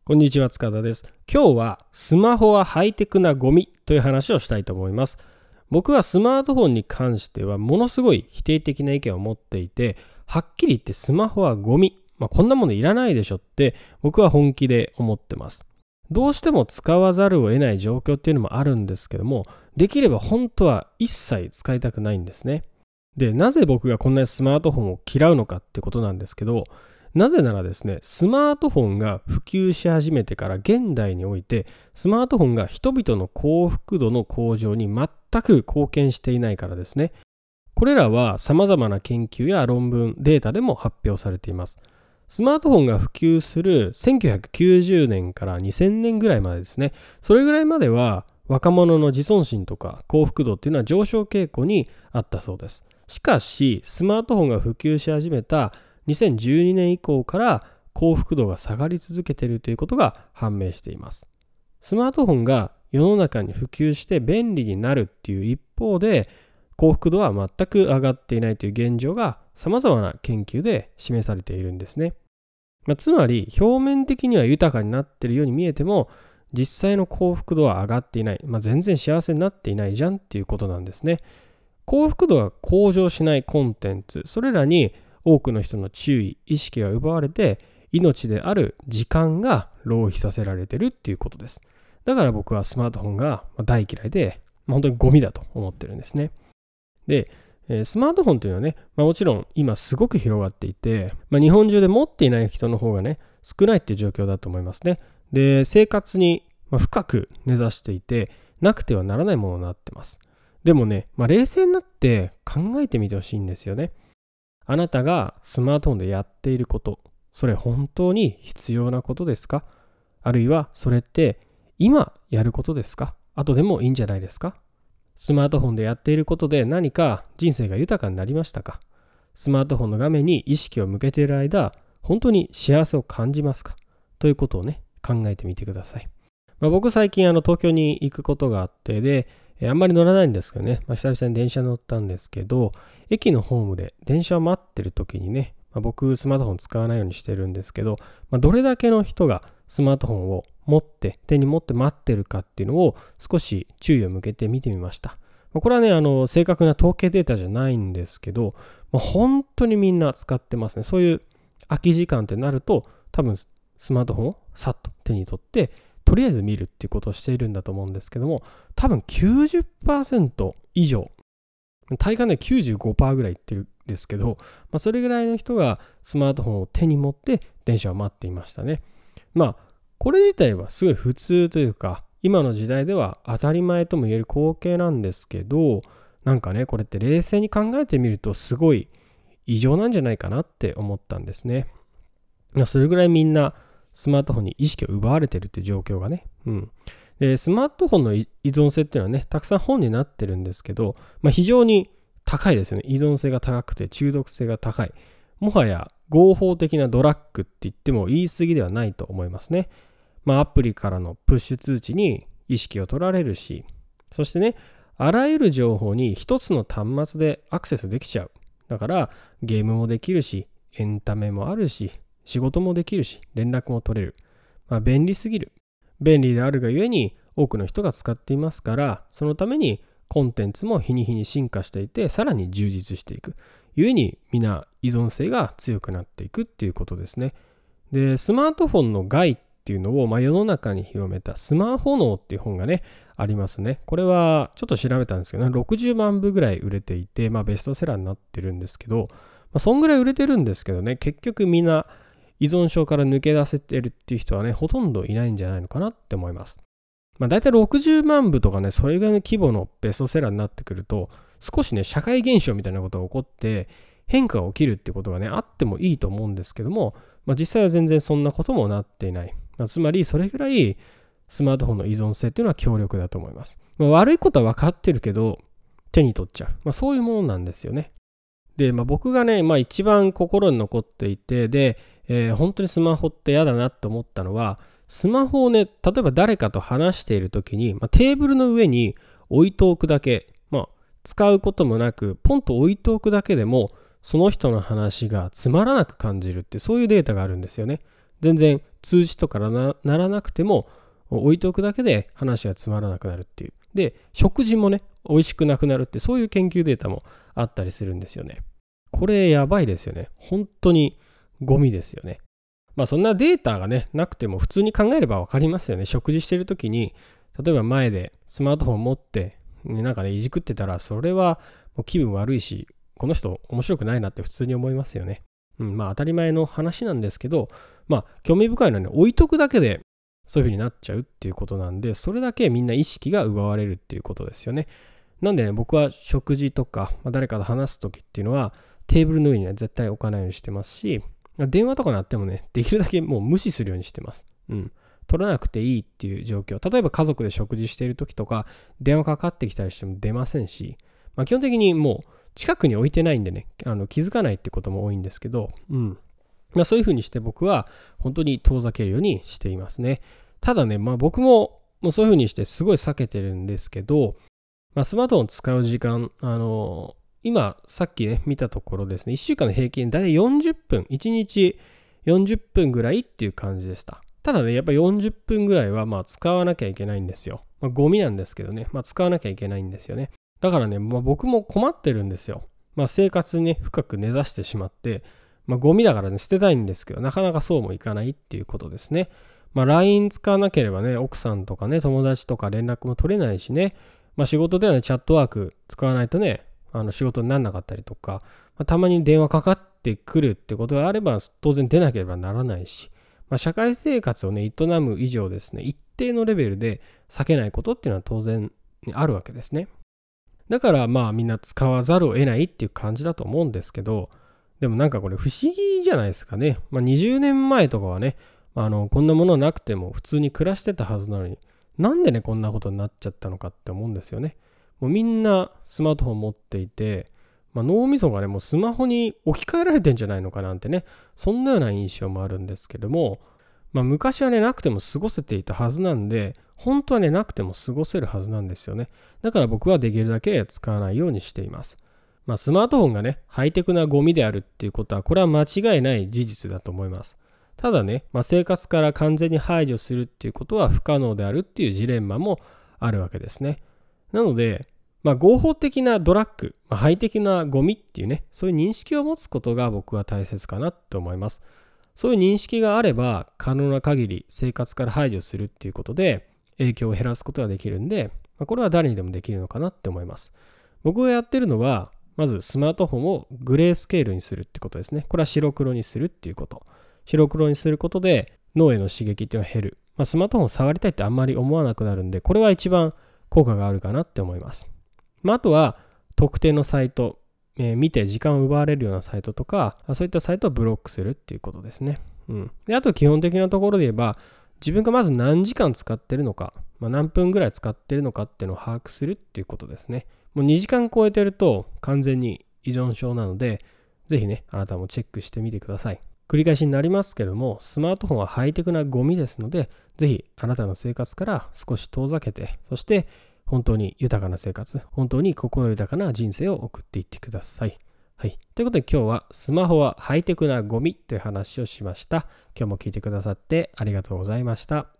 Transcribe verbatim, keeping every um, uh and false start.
こんにちは、塚田です。今日はスマホはハイテクなゴミという話をしたいと思います。僕はスマートフォンに関してはものすごい否定的な意見を持っていて、はっきり言ってスマホはゴミ、まあ、こんなものいらないでしょって僕は本気で思ってます。どうしても使わざるを得ない状況っていうのもあるんですけども、できれば本当は一切使いたくないんですね。で、なぜ僕がこんなにスマートフォンを嫌うのかってことなんですけど、なぜならですね、スマートフォンが普及し始めてから現代において、スマートフォンが人々の幸福度の向上に全く貢献していないからですね。これらは様々な研究や論文、データでも発表されています。スマートフォンが普及するせんきゅうひゃくきゅうじゅうねんからにせんねんぐらいまでですね、それぐらいまでは若者の自尊心とか幸福度っていうのは上昇傾向にあったそうです。しかし、スマートフォンが普及し始めたにせんじゅうにねん以降から幸福度が下がり続けているということが判明しています。スマートフォンが世の中に普及して便利になるっていう一方で、幸福度は全く上がっていないという現状が様々な研究で示されているんですね。まあ、つまり表面的には豊かになっているように見えても、実際の幸福度は上がっていない、まあ、全然幸せになっていないじゃんっていうことなんですね。幸福度が向上しないコンテンツ、それらに多くの人の注意、意識が奪われて、命である時間が浪費させられているっていうことです。だから僕はスマートフォンが大嫌いで、本当にゴミだと思ってるんですね。で、スマートフォンというのはね、まあ、もちろん今すごく広がっていて、まあ、日本中で持っていない人の方がね、少ないっていう状況だと思いますね。で、生活に深く根ざしていて、なくてはならないものになってます。でもね、まあ、冷静になって考えてみてほしいんですよね。あなたがスマートフォンでやっていること、それ本当に必要なことですか？あるいはそれって今やることですか？後でもいいんじゃないですか？スマートフォンでやっていることで何か人生が豊かになりましたか？スマートフォンの画面に意識を向けている間、本当に幸せを感じますか？ということをね、考えてみてください。まあ、僕最近あの東京に行くことがあって、で、あんまり乗らないんですけどね、まあ、久々に電車乗ったんですけど、駅のホームで電車を待ってる時にね、まあ、僕スマートフォン使わないようにしてるんですけど、まあ、どれだけの人がスマートフォンを持って手に持って待ってるかっていうのを少し注意を向けて見てみました。まあ、これはね、あの正確な統計データじゃないんですけど、まあ、本当にみんな使ってますね。そういう空き時間ってなると、多分スマートフォンをさっと手に取ってとりあえず見るっていうことをしているんだと思うんですけども、多分 きゅうじゅっパーセント 以上、体感で きゅうじゅうごパーセント ぐらいいってるんですけど、まあ、それぐらいの人がスマートフォンを手に持って電車を待っていましたね。まあ、これ自体はすごい普通というか、今の時代では当たり前とも言える光景なんですけど、なんかね、これって冷静に考えてみるとすごい異常なんじゃないかなって思ったんですね。それぐらいみんなスマートフォンに意識を奪われてるっていう状況がね。うん。で、スマートフォンの依存性っていうのはね、たくさん本になってるんですけど、まあ、非常に高いですよね。依存性が高くて中毒性が高い。もはや合法的なドラッグって言っても言い過ぎではないと思いますね。まあ、アプリからのプッシュ通知に意識を取られるし、そしてね、あらゆる情報に一つの端末でアクセスできちゃう。だからゲームもできるし、エンタメもあるし、仕事もできるし、連絡も取れる。まあ、便利すぎる。便利であるがゆえに多くの人が使っていますから、そのためにコンテンツも日に日に進化していて、さらに充実していく。ゆえに皆依存性が強くなっていくっていうことですね。で、スマートフォンの害っていうのを、まあ、世の中に広めたスマホ脳っていう本がね、ありますね。これはちょっと調べたんですけど、ね、ろくじゅうまんぶぐらい売れていて、まあ、ベストセラーになってるんですけど、まあ、そんぐらい売れてるんですけどね、結局みんな依存症から抜け出せてるっていう人はね、ほとんどいないんじゃないのかなって思います。まあ大体ろくじゅうまんぶとかね、それぐらいの規模のベストセラーになってくると、少しね、社会現象みたいなことが起こって、変化が起きるってことがね、あってもいいと思うんですけども、まあ実際は全然そんなこともなっていない。まあ、つまり、それぐらいスマートフォンの依存性っていうのは強力だと思います。まあ、悪いことは分かってるけど、手に取っちゃう。まあそういうものなんですよね。で、まあ僕がね、まあ一番心に残っていて、で、えー、本当にスマホって嫌だなって思ったのは、スマホをね、例えば誰かと話しているときに、まあ、テーブルの上に置いておくだけ、まあ、使うこともなく、ポンと置いておくだけでも、その人の話がつまらなく感じるって、そういうデータがあるんですよね。 全然通知とか な, ならなくても置いておくだけで話がつまらなくなるっていう。で、食事もね、美味しくなくなるって、そういう研究データもあったりするんですよね。これやばいですよね。本当にゴミですよね。まあそんなデータがね、なくても普通に考えれば分かりますよね。食事してる時に、例えば前でスマートフォン持って、なんかね、いじくってたら、それはもう気分悪いし、この人面白くないなって普通に思いますよね。うん、まあ当たり前の話なんですけど、まあ興味深いのはね、置いとくだけでそういう風になっちゃうっていうことなんで、それだけみんな意識が奪われるっていうことですよね。なんでね、僕は食事とか、まあ、誰かと話す時っていうのは、テーブルの上には絶対置かないようにしてますし、電話とか鳴ってもね、できるだけもう無視するようにしてます。うん。取らなくていいっていう状況。例えば家族で食事している時とか、電話かかってきたりしても出ませんし、まあ、基本的にもう近くに置いてないんでね、あの気づかないってことも多いんですけど、うん。まあ、そういうふうにして僕は本当に遠ざけるようにしていますね。ただね、まあ僕ももうそういうふうにしてすごい避けてるんですけど、まあ、スマートフォン使う時間、あの今さっきね見たところですね、いっしゅうかんの平均だいたいよんじゅっぷん、いちにちよんじゅっぷんぐらいっていう感じでした。ただね、やっぱりよんじゅっぷんぐらいはまあ使わなきゃいけないんですよ。まあ、ゴミなんですけどね、まあ、使わなきゃいけないんですよね。だからね、まあ、僕も困ってるんですよ。まあ、生活にね、深く根ざしてしまって、まあ、ゴミだからね、捨てたいんですけど、なかなかそうもいかないっていうことですね。まあ、ライン 使わなければね、奥さんとかね、友達とか連絡も取れないしね、まあ、仕事ではね、チャットワーク使わないとね、あの仕事にならなかったりとか、まあ、たまに電話かかってくるってことがあれば、当然出なければならないし、まあ、社会生活をね、営む以上ですね、一定のレベルで避けないことっていうのは当然あるわけですね。だからまあみんな使わざるを得ないっていう感じだと思うんですけど、でもなんかこれ不思議じゃないですかね。まあにじゅうねんまえとかはね、あのこんなものなくても普通に暮らしてたはずなのに、なんでねこんなことになっちゃったのかって思うんですよね。もうみんなスマートフォン持っていて、まあ、脳みそがねもうスマホに置き換えられてんじゃないのかなんてね、そんなような印象もあるんですけども、まあ、昔はねなくても過ごせていたはずなんで、本当はねなくても過ごせるはずなんですよね。だから僕はできるだけ使わないようにしています。まあ、スマートフォンがねハイテクなゴミであるっていうことは、これは間違いない事実だと思います。ただね、まあ、生活から完全に排除するっていうことは不可能であるっていうジレンマもあるわけですね。なので、まあ、合法的なドラッグ、まあ、ハイテクなゴミっていうね、そういう認識を持つことが僕は大切かなと思います。そういう認識があれば、可能な限り生活から排除するっていうことで影響を減らすことができるんで、まあ、これは誰にでもできるのかなって思います。僕がやってるのは、まずスマートフォンをグレースケールにするってことですね。これは白黒にするっていうこと。白黒にすることで脳への刺激っていうのは減る。まあ、スマートフォンを触りたいってあんまり思わなくなるんで、これは一番効果があるかなって思います。まあ、あとは特定のサイト、えー、見て時間を奪われるようなサイトとか、そういったサイトをブロックするっていうことですね。うん。で、あと基本的なところで言えば、自分がまず何時間使ってるのか、まあ、何分ぐらい使ってるのかっていうのを把握するっていうことですね。もうにじかん超えてると完全に依存症なので、ぜひね、あなたもチェックしてみてください。繰り返しになりますけども、スマートフォンはハイテクなゴミですので、ぜひあなたの生活から少し遠ざけて、そして本当に豊かな生活、本当に心豊かな人生を送っていってください。はい。ということで今日はスマホはハイテクなゴミという話をしました。今日も聞いてくださってありがとうございました。